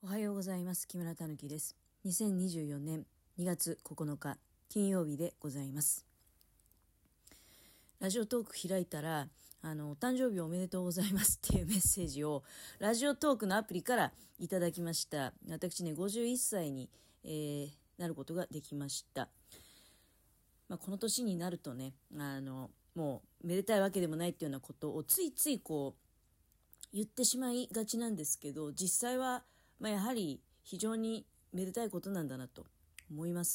おはようございます。木村たぬきです。2024年2月9日金曜日でございます。ラジオトーク開いたらお誕生日おめでとうございますっていうメッセージをラジオトークのアプリからいただきました。私ね51歳に、なることができました。この年になるとねもうめでたいわけでもないっていうようなことをついついこう言ってしまいがちなんですけど、実際はやはり非常にめでたいことなんだなと思います。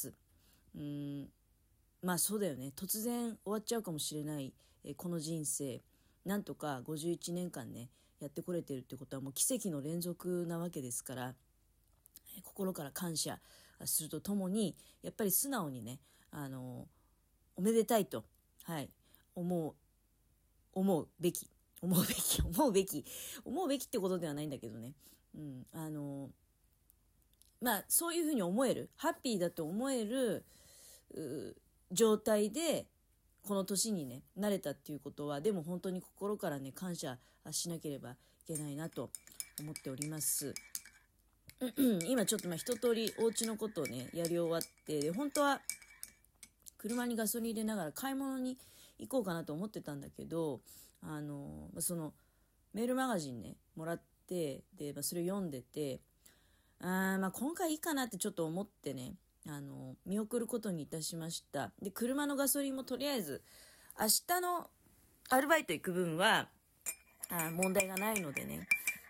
そうだよね。突然終わっちゃうかもしれない、この人生、なんとか51年間ねやってこれてるってことはもう奇跡の連続なわけですから、心から感謝するとともにやっぱり素直にねおめでたいと、思うべきってことではないんだけどね。そういうふうに思える、ハッピーだと思える状態でこの年にね慣れたっていうことは、でも本当に心からね感謝しなければいけないなと思っております。今ちょっと一通りお家のことをねやり終わって、で本当は車にガソリン入れながら買い物に行こうかなと思ってたんだけど、そのメールマガジンねもらって、で、それを読んでて、今回いいかなってちょっと思ってね見送ることにいたしました。で、車のガソリンもとりあえず明日のアルバイト行く分は問題がないのでね、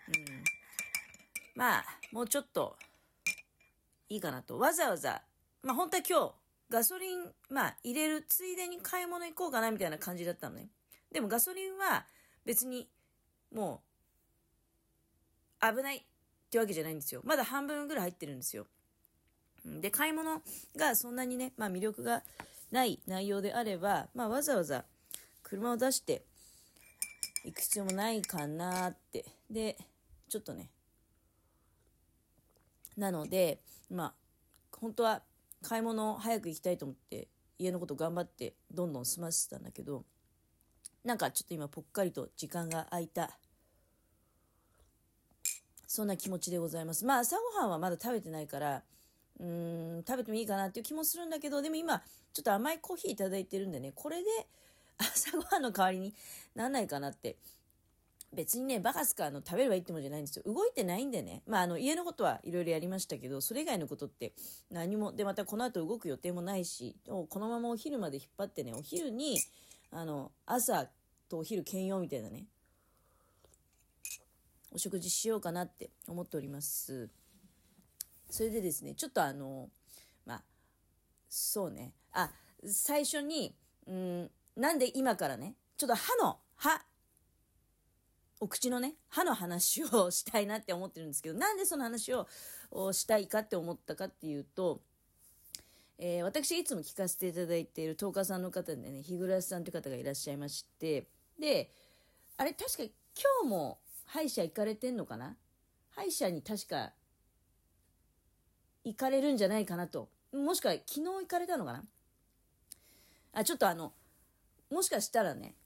もうちょっといいかなと。わざわざ本当は今日ガソリン入れるついでに買い物行こうかなみたいな感じだったのね。でもガソリンは別にもう危ないってわけじゃないんですよ。まだ半分ぐらい入ってるんですよ。で、買い物がそんなにね、魅力がない内容であれば、わざわざ車を出して行く必要もないかなって。で、ちょっとね、なので本当は買い物早く行きたいと思って家のこと頑張ってどんどん済ませてたんだけど、ちょっと今ぽっかりと時間が空いた、そんな気持ちでございます。朝ごはんはまだ食べてないから食べてもいいかなっていう気もするんだけど、でも今ちょっと甘いコーヒーいただいてるんでね、これで朝ごはんの代わりになんないかなって。別にねバカすか食べればいいってもんじゃないんですよ。動いてないんでね。家のことはいろいろやりましたけど、それ以外のことって何もで、またこの後動く予定もないし、このままお昼まで引っ張ってね、お昼に朝とお昼兼用みたいなねお食事しようかなって思っております。それでですね、ちょっとそうね、最初になんで今からねちょっとお口のね歯の話をしたいなって思ってるんですけど、なんでその話をしたいかって思ったかっていうと、私いつも聞かせていただいているトーカーさんの方でね、日暮さんという方がいらっしゃいまして、で、あれ確か今日も歯医者行かれてんのかな。歯医者に確か行かれるんじゃないかなと。もしくは昨日行かれたのかな。ちょっともしかしたらね、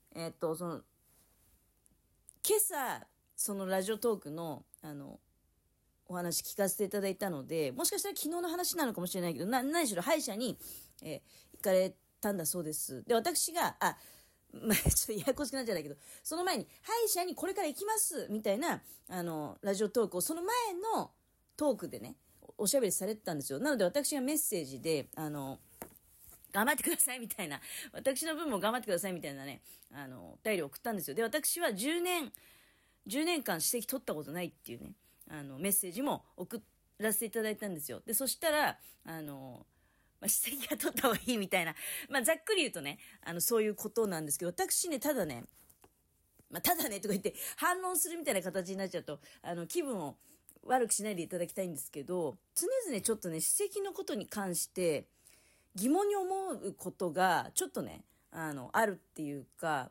今朝そのラジオトークのお話聞かせていただいたので、もしかしたら昨日の話なのかもしれないけど、何しろ歯医者に、行かれたんだそうです。で、私がちょっとややこしくなっちゃうんだけど、その前に歯医者にこれから行きますみたいなラジオトークをその前のトークでねおしゃべりされてたんですよ。なので私がメッセージで頑張ってくださいみたいな、私の分も頑張ってくださいみたいなねお便りを送ったんですよ。で、私は10年間指摘取ったことないっていうねメッセージも送らせていただいたんですよ。で、そしたら指摘が取った方がいいみたいな、ざっくり言うとねそういうことなんですけど、私ねただねとか言って反論するみたいな形になっちゃうと気分を悪くしないでいただきたいんですけど、常々ちょっとね指摘のことに関して疑問に思うことがちょっとねあるっていうか、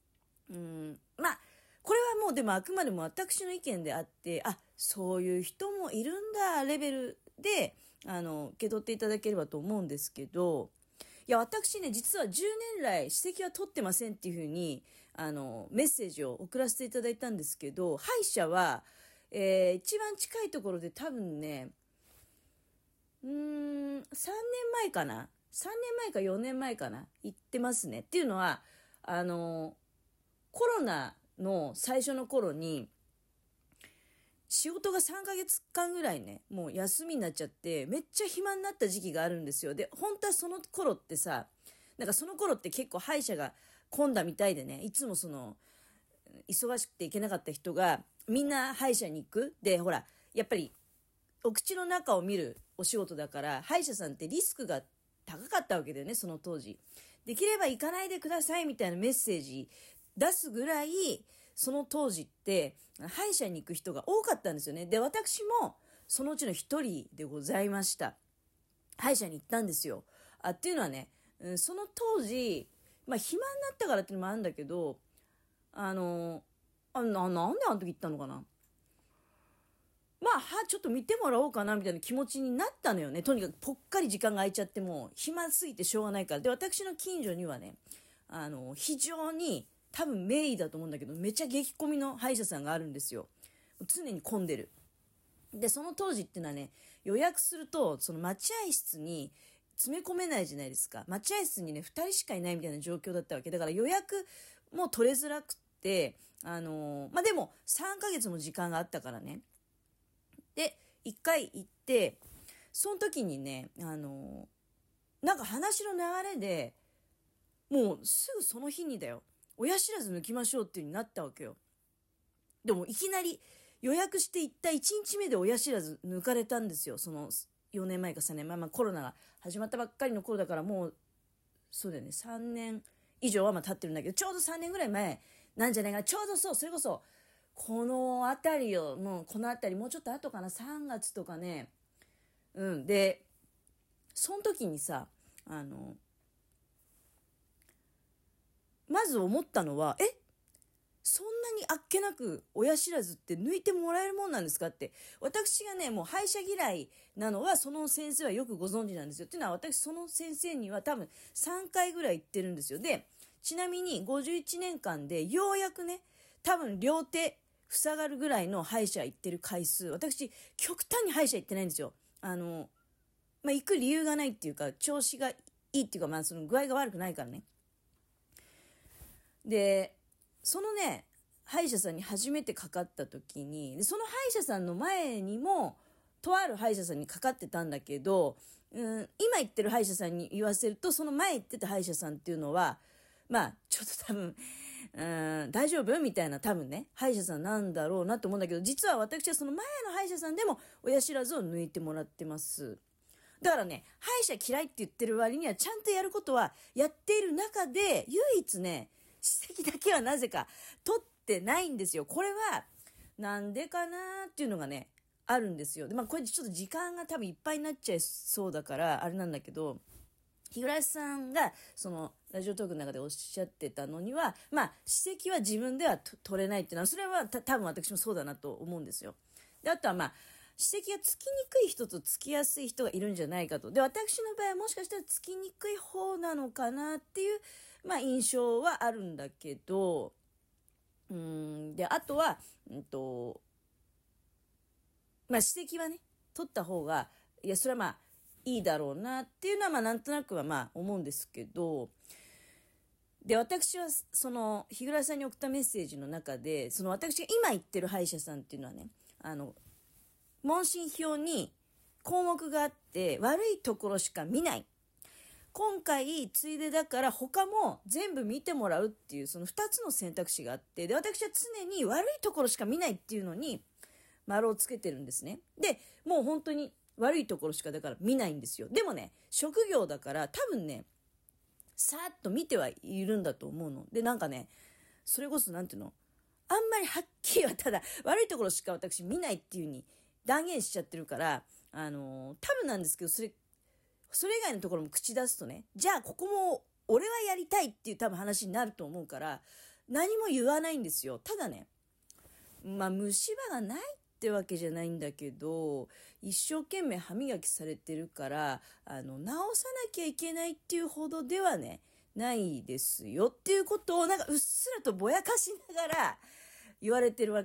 これはもうでもあくまでも私の意見であって、そういう人もいるんだレベルで受け取っていただければと思うんですけど、いや私ね実は10年来指摘は取ってませんっていうふうにメッセージを送らせていただいたんですけど、歯医者は一番近いところで多分ね、3年前かな。3年前か4年前かな。行ってますね。っていうのは、コロナの最初の頃に、仕事が3ヶ月間ぐらいね、もう休みになっちゃって、めっちゃ暇になった時期があるんですよ。で、本当はその頃ってさ、なんかその頃って結構歯医者が混んだみたいでね、いつもその、忙しくて行けなかった人が、みんな歯医者に行く。で、ほら、やっぱり、お口の中を見るお仕事だから、歯医者さんってリスクが高かったわけだよね、その当時。できれば行かないでくださいみたいなメッセージ出すぐらい、その当時って歯医者に行く人が多かったんですよね。で、私もそのうちの一人でございました。歯医者に行ったんですよ。っていうのはね、その当時、まあ暇になったからっていうのもあるんだけど、なんであの時行ったのかな。まあ、ちょっと見てもらおうかなみたいな気持ちになったのよね。とにかくぽっかり時間が空いちゃっても暇すぎてしょうがないから。で、私の近所にはね、非常に多分名医だと思うんだけど、めちゃ激混みの歯医者さんがあるんですよ。常に混んでる。で、その当時っていうのはね、予約すると、その待合室に詰め込めないじゃないですか。待合室にね、2人しかいないみたいな状況だったわけ。だから予約も取れづらくって、まあ、でも3ヶ月も時間があったからね。で、1回行って、その時にね、なんか話の流れで、もうすぐその日にだよ、親知らず抜きましょうっていう風になったわけよ。でもいきなり予約して行った1日目で親知らず抜かれたんですよ。その4年前か3年前、まあコロナが始まったばっかりの頃だからもう、そうだよね、3年以上はまあ経ってるんだけど、ちょうど3年ぐらい前なんじゃないかな。ちょうどそう、それこそ、この辺りを、もうこの辺り、もうちょっと後かな、3月とかね。で、その時にさ、まず思ったのは、そんなにあっけなく親知らずって抜いてもらえるもんなんですかって。私がね、もう歯医者嫌いなのはその先生はよくご存知なんですよ。っていうのは私その先生には多分3回ぐらい行ってるんですよ。で、ちなみに51年間でようやくね、多分両手塞がるぐらいの歯医者行ってる回数、私極端に歯医者行ってないんですよ。まあ、行く理由がないっていうか、調子がいいっていうか、まあその具合が悪くないからね。で、そのね、歯医者さんに初めてかかった時に、でその歯医者さんの前にも、とある歯医者さんにかかってたんだけど、今行ってる歯医者さんに言わせると、その前行ってた歯医者さんっていうのは、まあ、ちょっと多分、大丈夫みたいな多分ね、歯医者さんなんだろうなと思うんだけど、実は私はその前の歯医者さんでも親知らずを抜いてもらってます。だからね、歯医者嫌いって言ってる割にはちゃんとやることはやっている中で、唯一ね、歯石だけはなぜか取ってないんですよ。これはなんでかなっていうのがね、あるんですよ。で、まあこれちょっと時間が多分いっぱいになっちゃいそうだからあれなんだけど、日暮さんがそのラジオトークの中でおっしゃってたのには、まあ歯石は自分では取れないっていうのは、それは多分私もそうだなと思うんですよ。で、あとはまあ歯石がつきにくい人とつきやすい人がいるんじゃないかと。で、私の場合はもしかしたらつきにくい方なのかなっていう、まあ印象はあるんだけど、で、あとは、まあ歯石はね、取った方が、いや、それはまあいいだろうなっていうのは、まあなんとなくはまあ思うんですけど、で、私はその日暮さんに送ったメッセージの中で、その私が今行ってる歯医者さんっていうのはね、問診票に項目があって、悪いところしか見ない。今回ついでだから他も全部見てもらうっていうその2つの選択肢があって、で、私は常に悪いところしか見ないっていうのに丸をつけてるんですね。で、もう本当に悪いところしかだから見ないんですよ。でもね、職業だから多分ね、さーっと見てはいるんだと思うの。で、なんかね、それこそなんていうの、あんまりはっきりはただ悪いところしか私見ないっていう風に断言しちゃってるから、多分なんですけど、それ以外のところも口出すとね、じゃあここも俺はやりたいっていう多分話になると思うから、何も言わないんですよ。ただね、まあ虫歯がないってわけじゃないんだけど、一生懸命歯磨きされてるから、直さなきゃいけないっていうほどではね、ないですよっていうことをなんかうっすらとぼやかしながら言われてるわけ。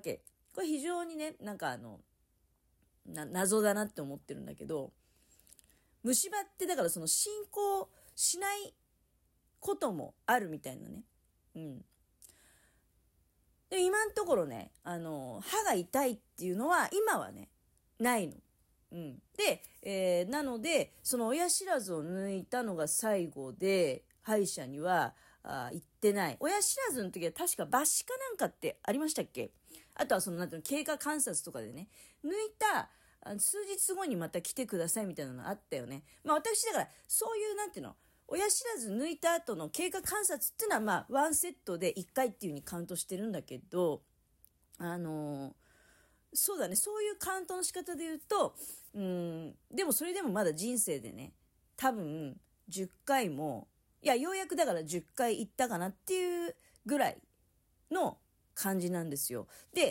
これ非常にね、なんか謎だなって思ってるんだけど、虫歯ってだからその進行しないこともあるみたいなね。うん。で、今のところね、歯が痛いっていうのは今はね、ないの。うん。で、なので、その親知らずを抜いたのが最後で、歯医者には、行ってない。親知らずの時は確か抜歯かなんかってありましたっけ？あとはその、なんていうの、経過観察とかでね、抜いた、数日後にまた来てくださいみたいなのあったよね。まあ私だから、そういう、なんていうの、親知らず抜いた後の経過観察っていうのは、まあ、ワンセットで1回っていう風にカウントしてるんだけど、あのーそうだね、そういうカウントの仕方で言うと、でもそれでもまだ人生でね、多分10回も、いや、ようやくだから10回行ったかなっていうぐらいの感じなんですよ。で、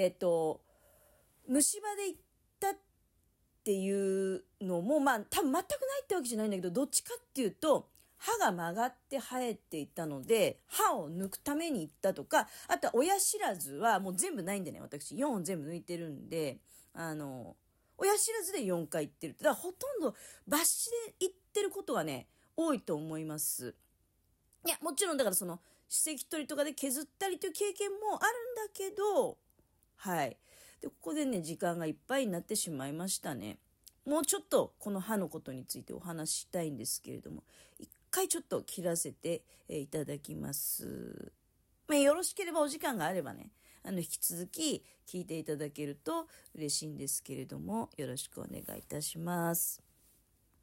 虫歯で行ったっていうのも、まあ、多分全くないってわけじゃないんだけど、どっちかっていうと、歯が曲がって生えていたので、歯を抜くために行ったとか、あとは親知らずはもう全部ないんでね、私4本全部抜いてるんで、親知らずで4回行ってるって、だからほとんど抜歯で行ってることがね、多いと思います。いや、もちろんだからその、歯石取りとかで削ったりという経験もあるんだけど、はい。で、ここでね、時間がいっぱいになってしまいましたね。もうちょっとこの歯のことについてお話ししたいんですけれども、一回ちょっと切らせていただきます。まあ、よろしければお時間があればね、引き続き聞いていただけると嬉しいんですけれども、よろしくお願いいたします。